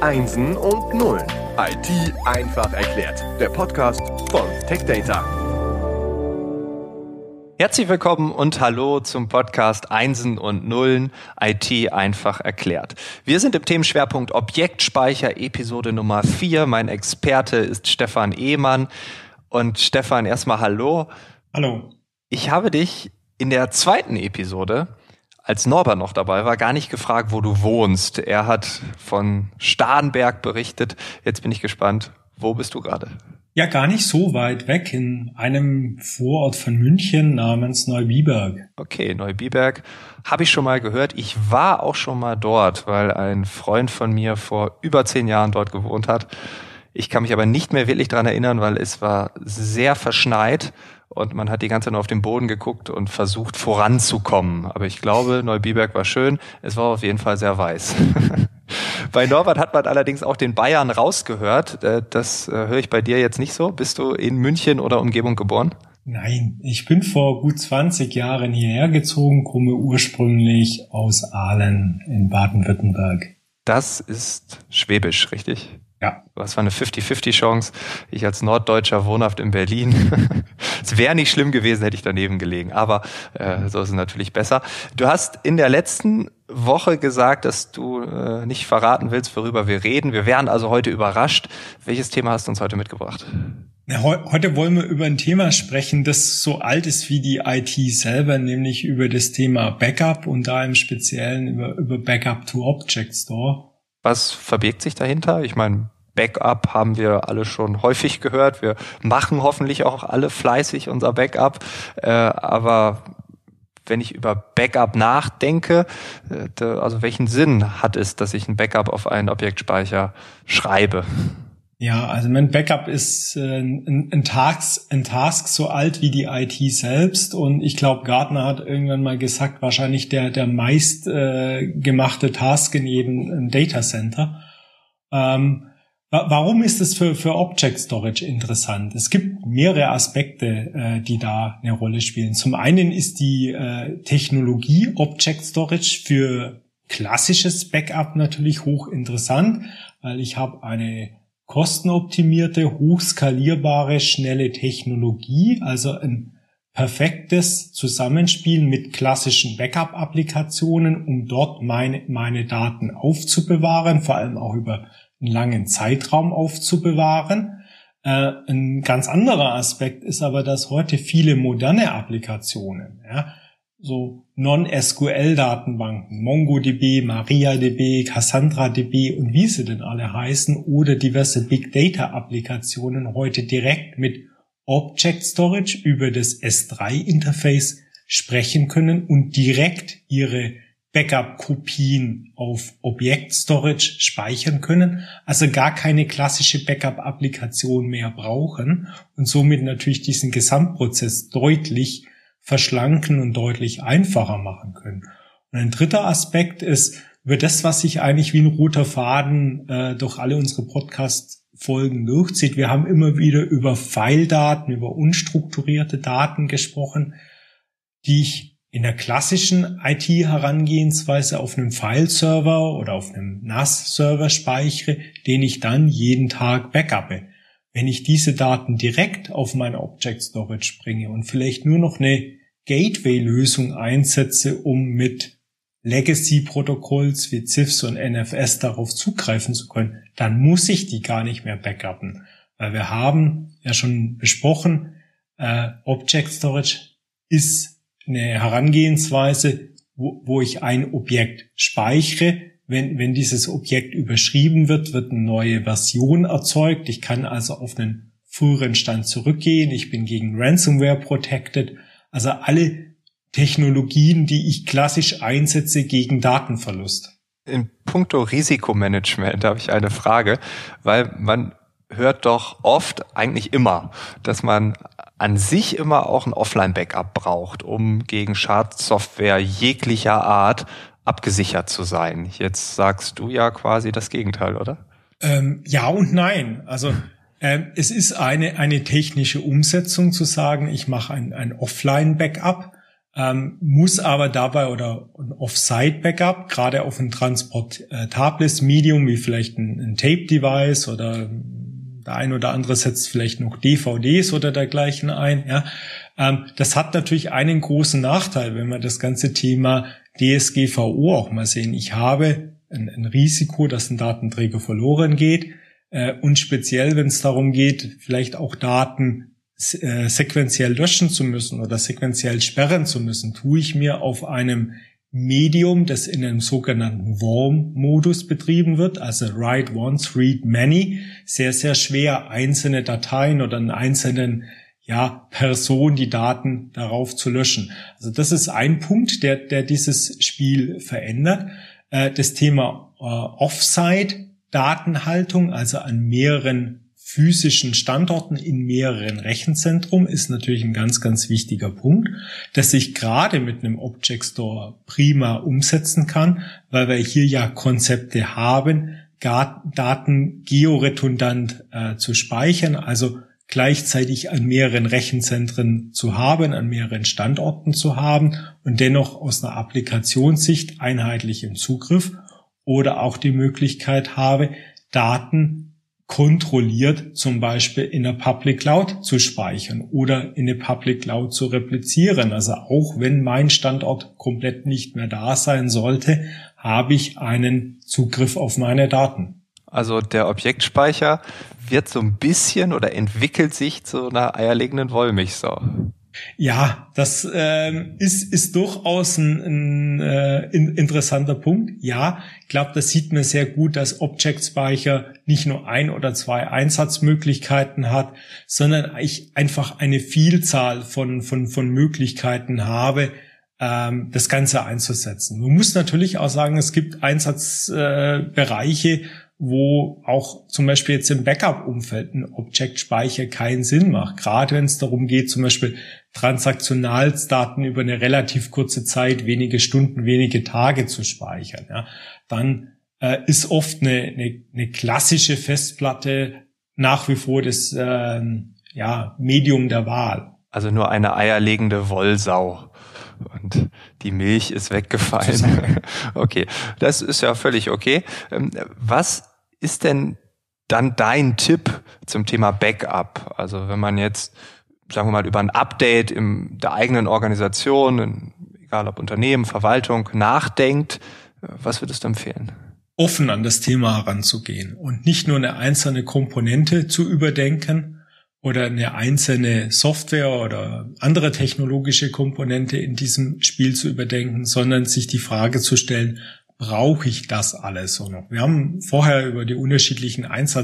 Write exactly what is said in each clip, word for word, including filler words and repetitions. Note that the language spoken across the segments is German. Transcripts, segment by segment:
Einsen und Nullen. I T einfach erklärt. Der Podcast von TechData. Herzlich willkommen und hallo zum Podcast Einsen und Nullen, I T einfach erklärt. Wir sind im Themenschwerpunkt Objektspeicher, Episode Nummer vier. Mein Experte ist Stefan Ehmann. Und Stefan, erstmal hallo. Hallo. Ich habe dich in der zweiten Episode, als Norbert noch dabei war, gar nicht gefragt, wo du wohnst. Er hat von Starnberg berichtet. Jetzt bin ich gespannt, wo bist du gerade? Ja, gar nicht so weit weg, in einem Vorort von München namens Neubiberg. Okay, Neubiberg habe ich schon mal gehört. Ich war auch schon mal dort, weil ein Freund von mir vor über zehn Jahren dort gewohnt hat. Ich kann mich aber nicht mehr wirklich dran erinnern, weil es war sehr verschneit und man hat die ganze Zeit nur auf den Boden geguckt und versucht voranzukommen. Aber ich glaube, Neubiberg war schön. Es war auf jeden Fall sehr weiß. Bei Norbert hat man allerdings auch den Bayern rausgehört. Das höre ich bei dir jetzt nicht so. Bist du in München oder Umgebung geboren? Nein, ich bin vor gut zwanzig Jahren hierher gezogen, komme ursprünglich aus Aalen in Baden-Württemberg. Das ist Schwäbisch, richtig? Ja. Das war eine fünfzig-fünfzig-Chance. Ich als Norddeutscher wohnhaft in Berlin. Es wäre nicht schlimm gewesen, hätte ich daneben gelegen. Aber äh, so ist es natürlich besser. Du hast in der letzten Woche gesagt, dass du äh, nicht verraten willst, worüber wir reden. Wir wären also heute überrascht. Welches Thema hast du uns heute mitgebracht? Ja, he- heute wollen wir über ein Thema sprechen, das so alt ist wie die I T selber, nämlich über das Thema Backup und da im Speziellen über, über Backup to Object Store. Was verbirgt sich dahinter? Ich meine, Backup haben wir alle schon häufig gehört. Wir machen hoffentlich auch alle fleißig unser Backup. Äh, aber wenn ich über Backup nachdenke, äh, da, also welchen Sinn hat es, dass ich ein Backup auf einen Objektspeicher schreibe? Ja, also mein Backup ist äh, ein, ein, Task, ein Task so alt wie die I T selbst und ich glaube, Gartner hat irgendwann mal gesagt, wahrscheinlich der der meist äh, gemachte Task in jedem Data Center. Ähm, wa- warum ist es für für Object Storage interessant? Es gibt mehrere Aspekte, äh, die da eine Rolle spielen. Zum einen ist die äh, Technologie Object Storage für klassisches Backup natürlich hochinteressant, weil ich habe eine kostenoptimierte, hochskalierbare, schnelle Technologie, also ein perfektes Zusammenspiel mit klassischen Backup-Applikationen, um dort meine, meine Daten aufzubewahren, vor allem auch über einen langen Zeitraum aufzubewahren. Äh, ein ganz anderer Aspekt ist aber, dass heute viele moderne Applikationen, ja, so Non-S Q L-Datenbanken, MongoDB, MariaDB, CassandраDB und wie sie denn alle heißen oder diverse Big Data-Applikationen heute direkt mit Object Storage über das S drei Interface sprechen können und direkt ihre Backup-Kopien auf Object Storage speichern können, also gar keine klassische Backup-Applikation mehr brauchen und somit natürlich diesen Gesamtprozess deutlich verschlanken und deutlich einfacher machen können. Und ein dritter Aspekt ist, über das, was sich eigentlich wie ein roter Faden äh, durch alle unsere Podcast-Folgen durchzieht. Wir haben immer wieder über File-Daten, über unstrukturierte Daten gesprochen, die ich in der klassischen I T-Herangehensweise auf einem File-Server oder auf einem N A S-Server speichere, den ich dann jeden Tag backuppe. Wenn ich diese Daten direkt auf mein Object Storage bringe und vielleicht nur noch eine Gateway-Lösung einsetze, um mit Legacy-Protokolls wie C I F S und N F S darauf zugreifen zu können, dann muss ich die gar nicht mehr backuppen. Weil wir haben ja schon besprochen, äh, Object Storage ist eine Herangehensweise, wo, wo ich ein Objekt speichere. Wenn, wenn dieses Objekt überschrieben wird, wird eine neue Version erzeugt. Ich kann also auf einen früheren Stand zurückgehen. Ich bin gegen Ransomware protected. Also alle Technologien, die ich klassisch einsetze gegen Datenverlust. In puncto Risikomanagement habe ich eine Frage, weil man hört doch oft, eigentlich immer, dass man an sich immer auch ein Offline-Backup braucht, um gegen Schadsoftware jeglicher Art abgesichert zu sein. Jetzt sagst du ja quasi das Gegenteil, oder? Ähm, ja und nein. Also ähm, es ist eine eine technische Umsetzung zu sagen, ich mache ein, ein Offline-Backup. ähm, muss aber dabei oder ein Off-Site-Backup, gerade auf ein transportables Medium, wie vielleicht ein, ein Tape-Device oder der ein oder andere setzt vielleicht noch D V Ds oder dergleichen ein, ja. Ähm, das hat natürlich einen großen Nachteil, wenn wir das ganze Thema D S G V O auch mal sehen. Ich habe ein, ein Risiko, dass ein Datenträger verloren geht, äh, und speziell, wenn es darum geht, vielleicht auch Daten äh, sequenziell löschen zu müssen oder sequenziell sperren zu müssen, tue ich mir auf einem Medium, das in einem sogenannten Worm-Modus betrieben wird, also Write Once, Read Many, sehr, sehr schwer, einzelne Dateien oder einen einzelnen ja, Person die Daten darauf zu löschen. Also das ist ein Punkt, der, der dieses Spiel verändert. Äh, das Thema äh, Offsite-Datenhaltung, also an mehreren physischen Standorten in mehreren Rechenzentren, ist natürlich ein ganz, ganz wichtiger Punkt, dass ich gerade mit einem Object Store prima umsetzen kann, weil wir hier ja Konzepte haben, Daten georedundant äh, zu speichern, also gleichzeitig an mehreren Rechenzentren zu haben, an mehreren Standorten zu haben und dennoch aus einer Applikationssicht einheitlich im Zugriff oder auch die Möglichkeit habe, Daten kontrolliert zum Beispiel in der Public Cloud zu speichern oder in der Public Cloud zu replizieren. Also auch wenn mein Standort komplett nicht mehr da sein sollte, habe ich einen Zugriff auf meine Daten. Also der Objektspeicher wird so ein bisschen oder entwickelt sich zu einer eierlegenden Wollmilchsau. Ja, das ähm, ist ist durchaus ein, ein äh, in, interessanter Punkt. Ja, ich glaube, das sieht man sehr gut, dass Object-Speicher nicht nur ein oder zwei Einsatzmöglichkeiten hat, sondern ich einfach eine Vielzahl von von von Möglichkeiten habe, ähm, das Ganze einzusetzen. Man muss natürlich auch sagen, es gibt Einsatzbereiche, äh, wo auch zum Beispiel jetzt im Backup-Umfeld ein Object-Speicher keinen Sinn macht. Gerade wenn es darum geht, zum Beispiel Transaktionalsdaten über eine relativ kurze Zeit, wenige Stunden, wenige Tage zu speichern. Ja, dann äh, ist oft eine, eine, eine klassische Festplatte nach wie vor das äh, ja, Medium der Wahl. Also nur eine eierlegende Wollsau. Und die Milch ist weggefallen. Okay, das ist ja völlig okay. Was ist denn dann dein Tipp zum Thema Backup? Also wenn man jetzt, sagen wir mal, über ein Update in der eigenen Organisation, egal ob Unternehmen, Verwaltung, nachdenkt, was würdest du empfehlen? Offen an das Thema heranzugehen und nicht nur eine einzelne Komponente zu überdenken, oder eine einzelne Software oder andere technologische Komponente in diesem Spiel zu überdenken, sondern sich die Frage zu stellen, brauche ich das alles so noch? Wir haben vorher über die unterschiedlichen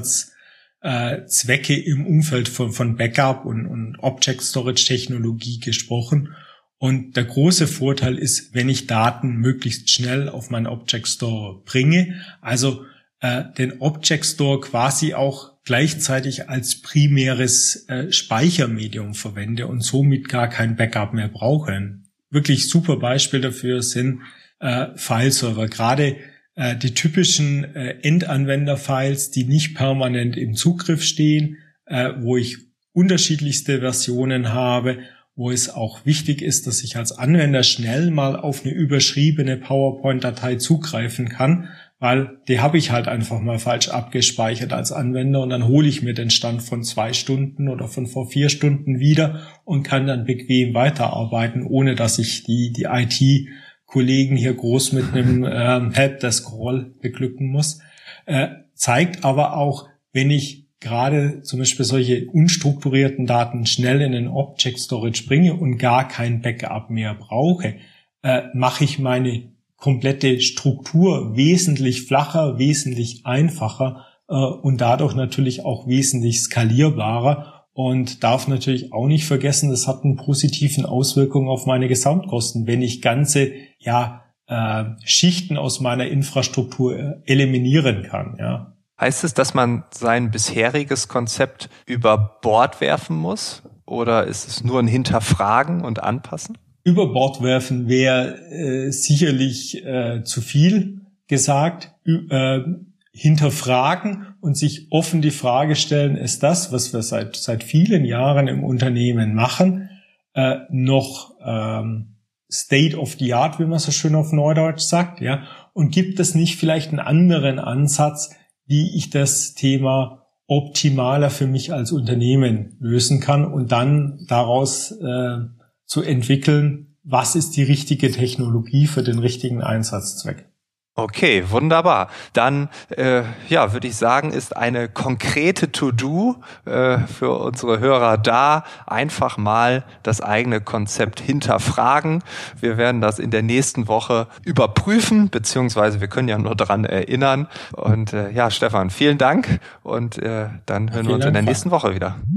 Einsatzzwecke im Umfeld von, von Backup und, und Object Storage Technologie gesprochen. Und der große Vorteil ist, wenn ich Daten möglichst schnell auf meinen Object Store bringe, also äh, den Object Store quasi auch gleichzeitig als primäres äh, Speichermedium verwende und somit gar kein Backup mehr brauche. Ein wirklich super Beispiel dafür sind äh, Fileserver. Gerade äh, die typischen äh, Endanwender-Files, die nicht permanent im Zugriff stehen, äh, wo ich unterschiedlichste Versionen habe, wo es auch wichtig ist, dass ich als Anwender schnell mal auf eine überschriebene PowerPoint-Datei zugreifen kann, weil die habe ich halt einfach mal falsch abgespeichert als Anwender und dann hole ich mir den Stand von zwei Stunden oder von vor vier Stunden wieder und kann dann bequem weiterarbeiten, ohne dass ich die die I T-Kollegen hier groß mit einem ähm, Helpdesk-Call beglücken muss. Äh, zeigt aber auch, wenn ich gerade zum Beispiel solche unstrukturierten Daten schnell in den Object Storage bringe und gar kein Backup mehr brauche, äh, mache ich meine komplette Struktur wesentlich flacher, wesentlich einfacher äh, und dadurch natürlich auch wesentlich skalierbarer und darf natürlich auch nicht vergessen, das hat einen positiven Auswirkungen auf meine Gesamtkosten, wenn ich ganze ja äh, Schichten aus meiner Infrastruktur äh, eliminieren kann. Ja. Heißt es, dass man sein bisheriges Konzept über Bord werfen muss oder ist es nur ein Hinterfragen und Anpassen? Über Bord werfen wäre äh, sicherlich äh, zu viel gesagt. Ü- äh, hinterfragen und sich offen die Frage stellen, ist das, was wir seit seit vielen Jahren im Unternehmen machen, äh, noch ähm, State of the Art, wie man so schön auf Neudeutsch sagt, ja? Und gibt es nicht vielleicht einen anderen Ansatz, wie ich das Thema optimaler für mich als Unternehmen lösen kann und dann daraus äh, zu entwickeln, was ist die richtige Technologie für den richtigen Einsatzzweck? Okay, wunderbar. Dann, äh, ja, würde ich sagen, ist eine konkrete To-Do äh, für unsere Hörer da. Einfach mal das eigene Konzept hinterfragen. Wir werden das in der nächsten Woche überprüfen, beziehungsweise wir können ja nur daran erinnern. Und äh, ja, Stefan, vielen Dank und äh, dann hören wir uns in der nächsten Woche wieder.